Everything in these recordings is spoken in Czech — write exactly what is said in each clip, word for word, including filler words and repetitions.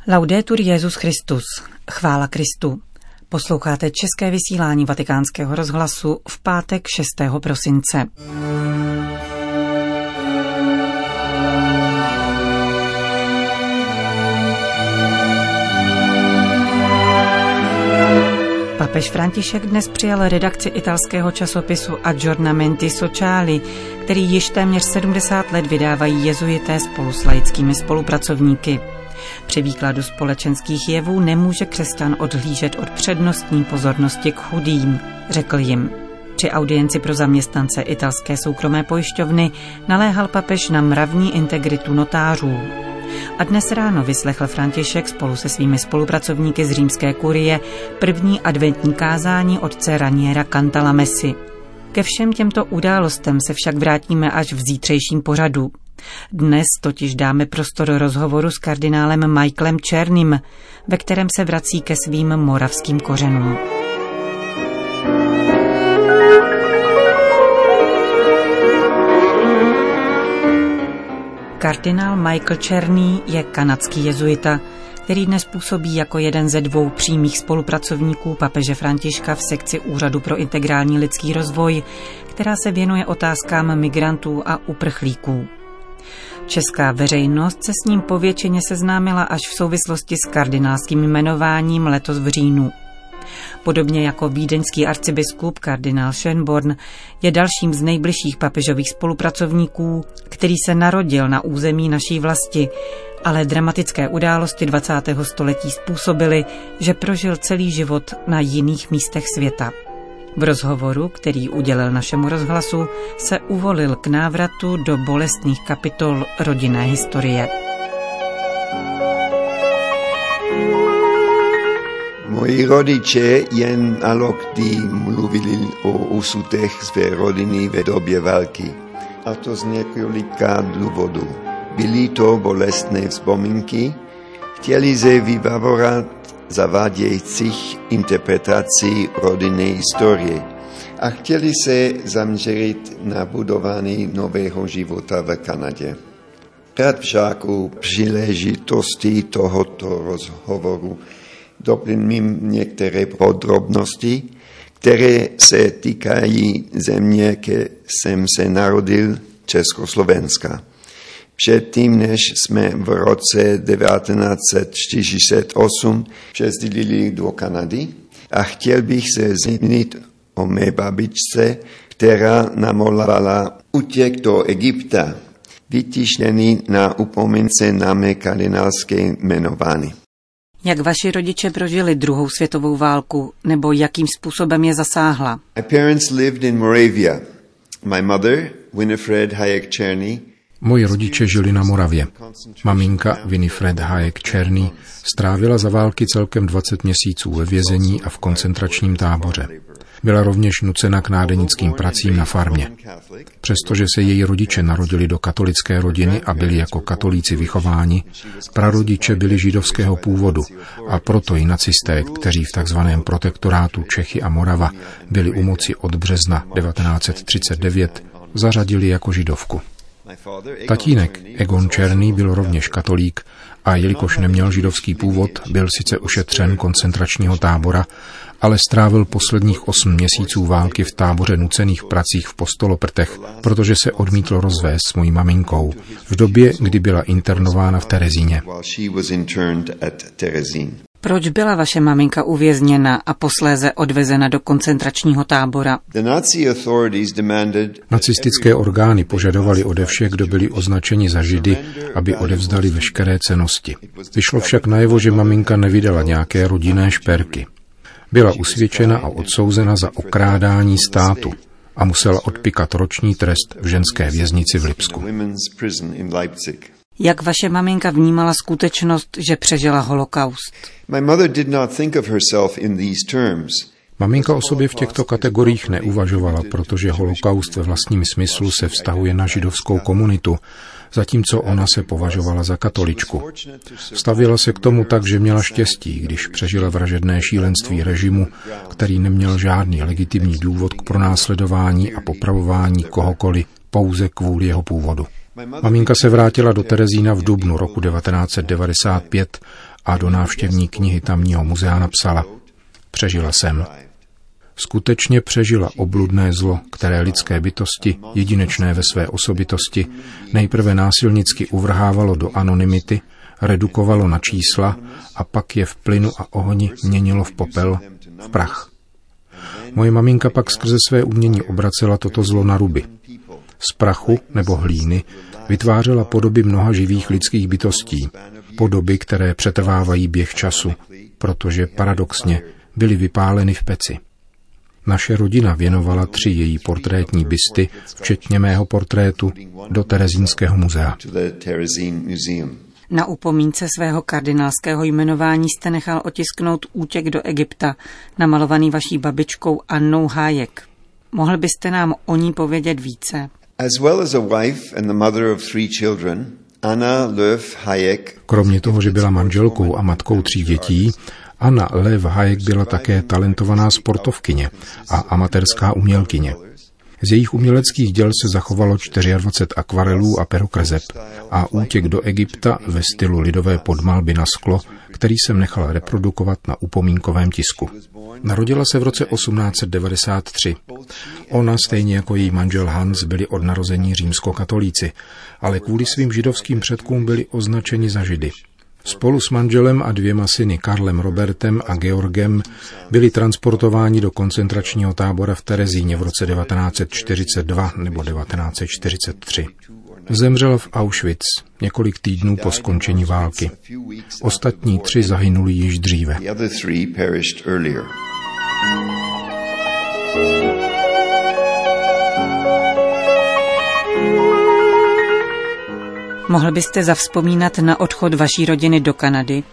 Laudetur Jesus Christus. Chvála Kristu. Posloucháte české vysílání Vatikánského rozhlasu v pátek šestého prosince. Papež František dnes přijal redakci italského časopisu Aggiornamenti Sociali, který již téměř sedmdesát let vydávají jezuité spolu s laickými spolupracovníky. Při výkladu společenských jevů nemůže křesťan odhlížet od přednostní pozornosti k chudým, řekl jim. Při audienci pro zaměstnance italské soukromé pojišťovny naléhal papež na mravní integritu notářů. A dnes ráno vyslechl František spolu se svými spolupracovníky z římské kurie první adventní kázání otce Raniera Cantalamessy. Ke všem těmto událostem se však vrátíme až v zítřejším pořadu. Dnes totiž dáme prostor rozhovoru s kardinálem Michaelem Czerným, ve kterém se vrací ke svým moravským kořenům. Kardinál Michael Czerný je kanadský jezuita, který dnes působí jako jeden ze dvou přímých spolupracovníků papeže Františka v sekci Úřadu pro integrální lidský rozvoj, která se věnuje otázkám migrantů a uprchlíků. Česká veřejnost se s ním povětšině seznámila až v souvislosti s kardinálským jmenováním letos v říjnu. Podobně jako vídeňský arcibiskup kardinál Schönborn je dalším z nejbližších papežových spolupracovníků, který se narodil na území naší vlasti, ale dramatické události dvacátého století způsobily, že prožil celý život na jiných místech světa. V rozhovoru, který udělil našemu rozhlasu, se uvolil k návratu do bolestných kapitol rodinné historie. Moji rodiče jen alokdy mluvili o osudech své rodiny v době války. A to z několika důvodů. Byly to bolestné vzpomínky, chtěli se vyvarovat zavádějících interpretací rodinné historie a chtěli se zaměřit na budování nového života v Kanadě. Rád však u příležitosti tohoto rozhovoru doplním některé podrobnosti, které se týkají země, kde jsem se narodil, Československa. Předtím, než jsme v roce devatenáct set čtyřicet osm přesídlili do Kanady a chtěl bych se zmínit o mé babičce, která namalovala útěk do Egypta, vytištěný na upomínce na mé kardinálské jmenování. Jak vaši rodiče prožili druhou světovou válku, nebo jakým způsobem je zasáhla? My parents lived in Moravia. My mother, Winifred Hayek-Czerny, Moji rodiče žili na Moravě. Maminka Winifred Hayek-Czerny strávila za války celkem dvacet měsíců ve vězení a v koncentračním táboře. Byla rovněž nucena k nádeňnickým pracím na farmě. Přestože se její rodiče narodili do katolické rodiny a byli jako katolíci vychováni, prarodiče byli židovského původu a proto i nacisté, kteří v takzvaném protektorátu Čechy a Morava byli u moci od března devatenáct set třicet devět, zařadili jako židovku. Tatínek Egon Czerný byl rovněž katolík a jelikož neměl židovský původ, byl sice ušetřen koncentračního tábora, ale strávil posledních osm měsíců války v táboře nucených pracích v Postoloprtech, protože se odmítl rozvést s mojí maminkou v době, kdy byla internována v Terezíně. Proč byla vaše maminka uvězněna a posléze odvezena do koncentračního tábora? Nacistické orgány požadovaly ode všech, kdo byli označeni za židy, aby odevzdali veškeré cennosti. Vyšlo však najevo, že maminka nevydala nějaké rodinné šperky. Byla usvědčena a odsouzena za okrádání státu a musela odpykat roční trest v ženské věznici v Lipsku. Jak vaše maminka vnímala skutečnost, že přežila holokaust? Maminka o sobě v těchto kategoriích neuvažovala, protože holokaust ve vlastním smyslu se vztahuje na židovskou komunitu, zatímco ona se považovala za katoličku. Stavěla se k tomu tak, že měla štěstí, když přežila vražedné šílenství režimu, který neměl žádný legitimní důvod k pronásledování a popravování kohokoliv pouze kvůli jeho původu. Maminka se vrátila do Terezína v dubnu roku devatenáct set devadesát pět a do návštěvní knihy tamního muzea napsala: Přežila jsem. Skutečně přežila obludné zlo, které lidské bytosti, jedinečné ve své osobitosti, nejprve násilnicky uvrhávalo do anonymity, redukovalo na čísla a pak je v plynu a ohni měnilo v popel, v prach. Moje maminka pak skrze své umění obracela toto zlo na ruby. Z prachu nebo hlíny vytvářela podoby mnoha živých lidských bytostí, podoby, které přetrvávají běh času, protože paradoxně byly vypáleny v peci. Naše rodina věnovala tři její portrétní busty, včetně mého portrétu, do Terezínského muzea. Na upomínce svého kardinálského jmenování jste nechal otisknout Útěk do Egypta, namalovaný vaší babičkou Annou Hayek. Mohl byste nám o ní povědět více? As well as a wife and the mother of three children, Anna Löw Hayek. Kromě toho, že byla manželkou a matkou tří dětí, Anna Löw Hayek byla také talentovaná sportovkyně a amatérská umělkyně. Z jejich uměleckých děl se zachovalo dvacet čtyři akvarelů a perokreseb a Útěk do Egypta ve stylu lidové podmalby na sklo, který jsem nechal reprodukovat na upomínkovém tisku. Narodila se v roce osmnáct set devadesát tři. Ona, stejně jako její manžel Hans, byli od narození římskokatolíci, ale kvůli svým židovským předkům byli označeni za Židy. Spolu s manželem a dvěma syny Karlem Robertem a Georgem byli transportováni do koncentračního tábora v Terezíně v roce devatenáct set čtyřicet dva nebo devatenáct set čtyřicet tři. Zemřel v Auschwitz několik týdnů po skončení války. Ostatní tři zahynuli již dříve. Mohl byste zavzpomínat na odchod vaší rodiny do Kanady?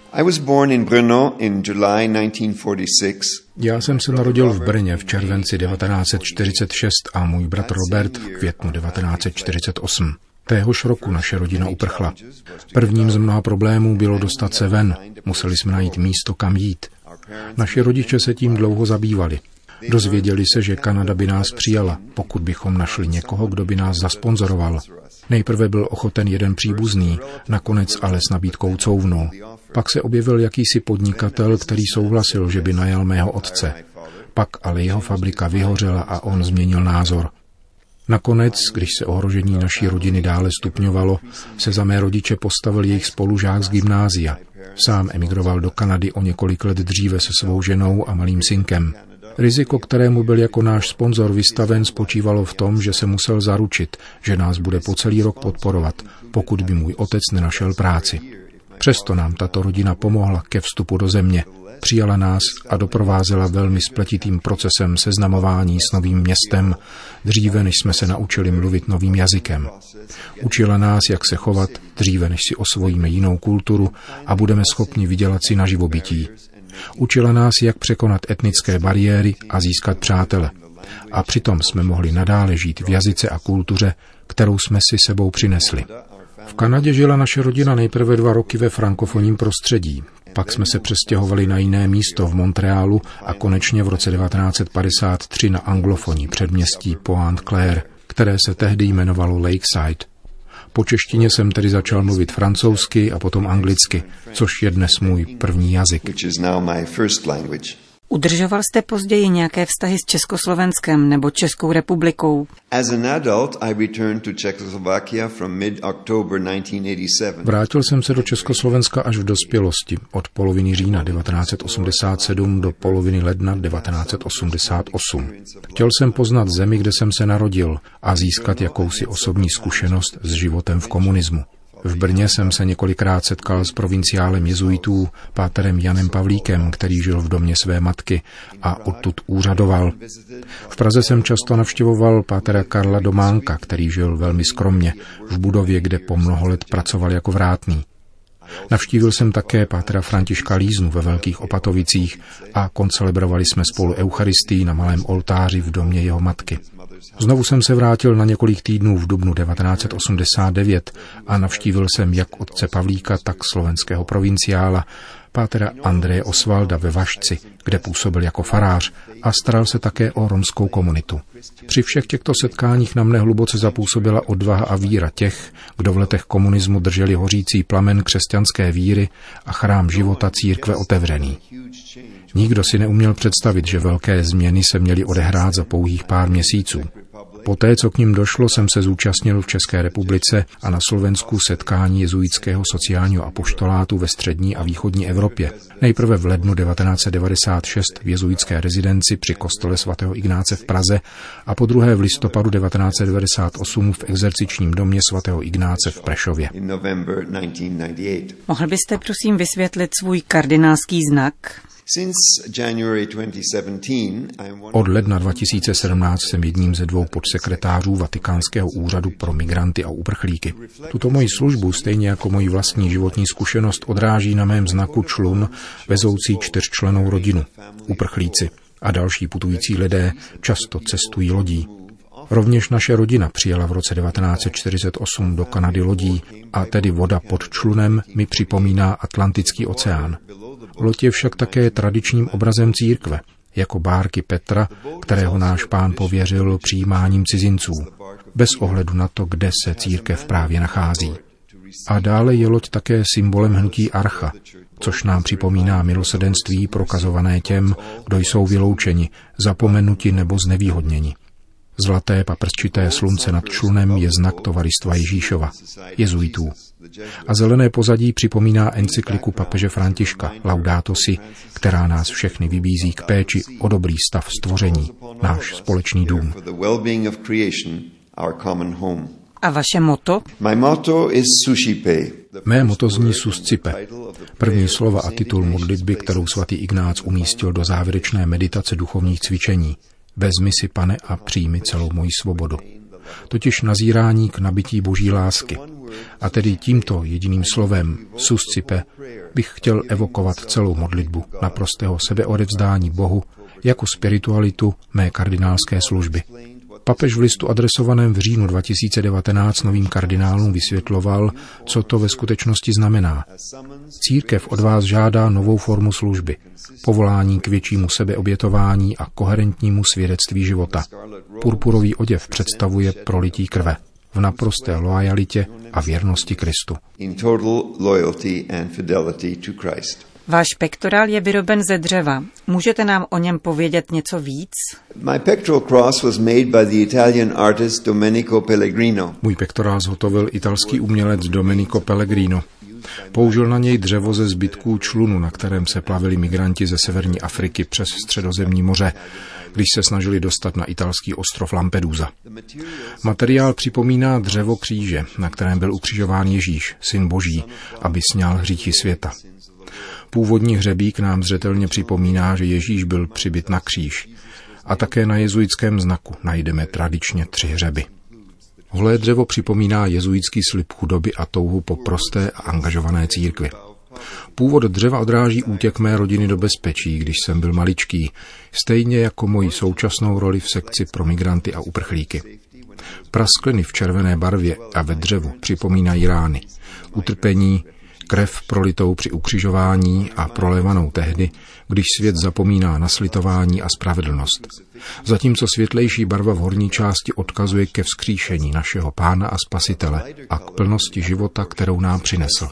Já jsem se narodil v Brně v červenci devatenáct set čtyřicet šest a můj bratr Robert v květnu devatenáct set čtyřicet osm. Téhož roku naše rodina uprchla. Prvním z mnoha problémů bylo dostat se ven. Museli jsme najít místo, kam jít. Naši rodiče se tím dlouho zabývali. Dozvěděli se, že Kanada by nás přijala, pokud bychom našli někoho, kdo by nás zasponzoroval. Nejprve byl ochoten jeden příbuzný, nakonec ale s nabídkou couvnul. Pak se objevil jakýsi podnikatel, který souhlasil, že by najal mého otce. Pak ale jeho fabrika vyhořela a on změnil názor. Nakonec, když se ohrožení naší rodiny dále stupňovalo, se za mé rodiče postavil jejich spolužák z gymnázia. Sám emigroval do Kanady o několik let dříve se svou ženou a malým synkem. Riziko, kterému byl jako náš sponzor vystaven, spočívalo v tom, že se musel zaručit, že nás bude po celý rok podporovat, pokud by můj otec nenašel práci. Přesto nám tato rodina pomohla ke vstupu do země. Přijala nás a doprovázela velmi spletitým procesem seznamování s novým městem, dříve než jsme se naučili mluvit novým jazykem. Učila nás, jak se chovat, dříve než si osvojíme jinou kulturu a budeme schopni vydělat si na živobytí. Učila nás, jak překonat etnické bariéry a získat přátele. A přitom jsme mohli nadále žít v jazyce a kultuře, kterou jsme si sebou přinesli. V Kanadě žila naše rodina nejprve dva roky ve frankofonním prostředí. Pak jsme se přestěhovali na jiné místo v Montrealu a konečně v roce devatenáct set padesát tři na anglofonní předměstí Pointe-Claire, které se tehdy jmenovalo Lakeside. Po češtině jsem tedy začal mluvit francouzsky a potom anglicky, což je dnes můj první jazyk. Udržoval jste později nějaké vztahy s Československem nebo Českou republikou? Vrátil jsem se do Československa až v dospělosti, od poloviny října devatenáct set osmdesát sedm do poloviny ledna devatenáct set osmdesát osm. Chtěl jsem poznat zemi, kde jsem se narodil, a získat jakousi osobní zkušenost s životem v komunismu. V Brně jsem se několikrát setkal s provinciálem jezuitů, páterem Janem Pavlíkem, který žil v domě své matky a odtud úřadoval. V Praze jsem často navštěvoval pátera Karla Dománka, který žil velmi skromně, v budově, kde po mnoho let pracoval jako vrátný. Navštívil jsem také pátera Františka Líznu ve Velkých Opatovicích a koncelebrovali jsme spolu eucharistii na malém oltáři v domě jeho matky. Znovu jsem se vrátil na několik týdnů v dubnu devatenáct set osmdesát devět a navštívil jsem jak otce Pavlíka, tak slovenského provinciála, pátera Andreje Osvalda ve Vašci, kde působil jako farář a staral se také o romskou komunitu. Při všech těchto setkáních na mne hluboce zapůsobila odvaha a víra těch, kdo v letech komunismu drželi hořící plamen křesťanské víry a chrám života církve otevřený. Nikdo si neuměl představit, že velké změny se měly odehrát za pouhých pár měsíců. Poté, co k nim došlo, jsem se zúčastnil v České republice a na Slovensku setkání jezuitského sociálního apoštolátu ve střední a východní Evropě. Nejprve v lednu devatenáct set devadesát šest v jezuitské rezidenci při kostele svatého Ignáce v Praze a po druhé v listopadu devatenáct set devadesát osm v exercičním domě svatého Ignáce v Prešově. Mohl byste prosím vysvětlit svůj kardinálský znak? Od ledna dva tisíce sedmnáct jsem jedním ze dvou podsekretářů Vatikánského úřadu pro migranty a uprchlíky. Tuto moji službu, stejně jako moji vlastní životní zkušenost, odráží na mém znaku člun vezoucí čtyřčlennou rodinu. Uprchlíci a další putující lidé často cestují lodí. Rovněž naše rodina přijela v roce devatenáct set čtyřicet osm do Kanady lodí a tedy voda pod člunem mi připomíná Atlantický oceán. Loď je však také tradičním obrazem církve, jako bárky Petra, kterého náš Pán pověřil přijímáním cizinců, bez ohledu na to, kde se církev právě nachází. A dále je loď také symbolem hnutí Archa, což nám připomíná milosrdenství prokazované těm, kdo jsou vyloučeni, zapomenuti nebo znevýhodněni. Zlaté paprsčité slunce nad člunem je znak tovaristva Ježíšova, jezuitů. A zelené pozadí připomíná encykliku papeže Františka Laudato Si, která nás všechny vybízí k péči o dobrý stav stvoření, náš společný dům. A vaše motto? Mé motto zní Suscipe, první slova a titul modlitby, kterou svatý Ignác umístil do závěrečné meditace duchovních cvičení. Vezmi si, Pane, a přijmi celou moji svobodu. Totiž nazírání k nabití boží lásky. A tedy tímto jediným slovem, suscipe, bych chtěl evokovat celou modlitbu naprostého sebeodevzdání Bohu jako spiritualitu mé kardinálské služby. Papež v listu adresovaném v říjnu dva tisíce devatenáct novým kardinálům vysvětloval, co to ve skutečnosti znamená. Církev od vás žádá novou formu služby, povolání k většímu sebeobětování a koherentnímu svědectví života. Purpurový oděv představuje prolití krve v naprosté loajalitě a věrnosti Kristu. Váš pektorál je vyroben ze dřeva. Můžete nám o něm povědět něco víc? Můj pektorál zhotovil italský umělec Domenico Pellegrino. Použil na něj dřevo ze zbytků člunu, na kterém se plavili migranti ze severní Afriky přes Středozemní moře, když se snažili dostat na italský ostrov Lampedusa. Materiál připomíná dřevo kříže, na kterém byl ukřižován Ježíš, syn Boží, aby sňal hříchy světa. Původní hřebík nám zřetelně připomíná, že Ježíš byl přibit na kříž. A také na jezuitském znaku najdeme tradičně tři hřeby. Holé dřevo připomíná jezuitský slib chudoby a touhu po prosté a angažované církvi. Původ dřeva odráží útěk mé rodiny do bezpečí, když jsem byl maličký, stejně jako moji současnou roli v sekci pro migranty a uprchlíky. Praskliny v červené barvě a ve dřevu připomínají rány, utrpení, krev prolitou při ukřižování a prolévanou tehdy, když svět zapomíná na slitování a spravedlnost. Zatímco světlejší barva v horní části odkazuje ke vzkříšení našeho Pána a Spasitele a k plnosti života, kterou nám přinesl.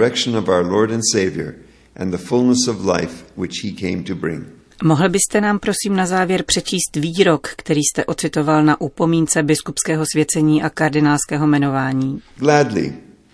Mohl byste nám prosím na závěr přečíst výrok, který jste ocitoval na upomínce biskupského svěcení a kardinálského jmenování? Gladly.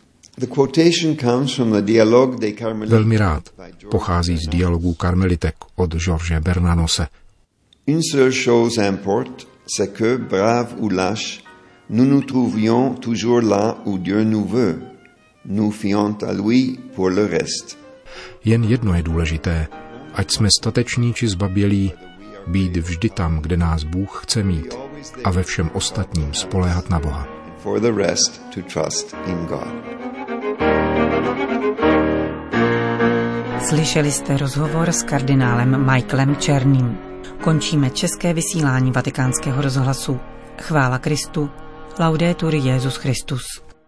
Velmi rád. Pochází z dialogů karmelitek od George Bernanose. Une seule chose importe, c'est que, brave ou lâche, nous nous trouvions toujours là où Dieu nous veut, nous fiant à lui pour le reste. Jen jedno je důležité, ať jsme stateční či zbabělí, být vždy tam, kde nás Bůh chce mít a ve všem ostatním spoléhat na Boha. For the rest to trust in God. Slyšeli jste rozhovor s kardinálem Michaelem Černým. Končíme české vysílání Vatikánského rozhlasu. Chvála Kristu. Laudetur Jesus Christus.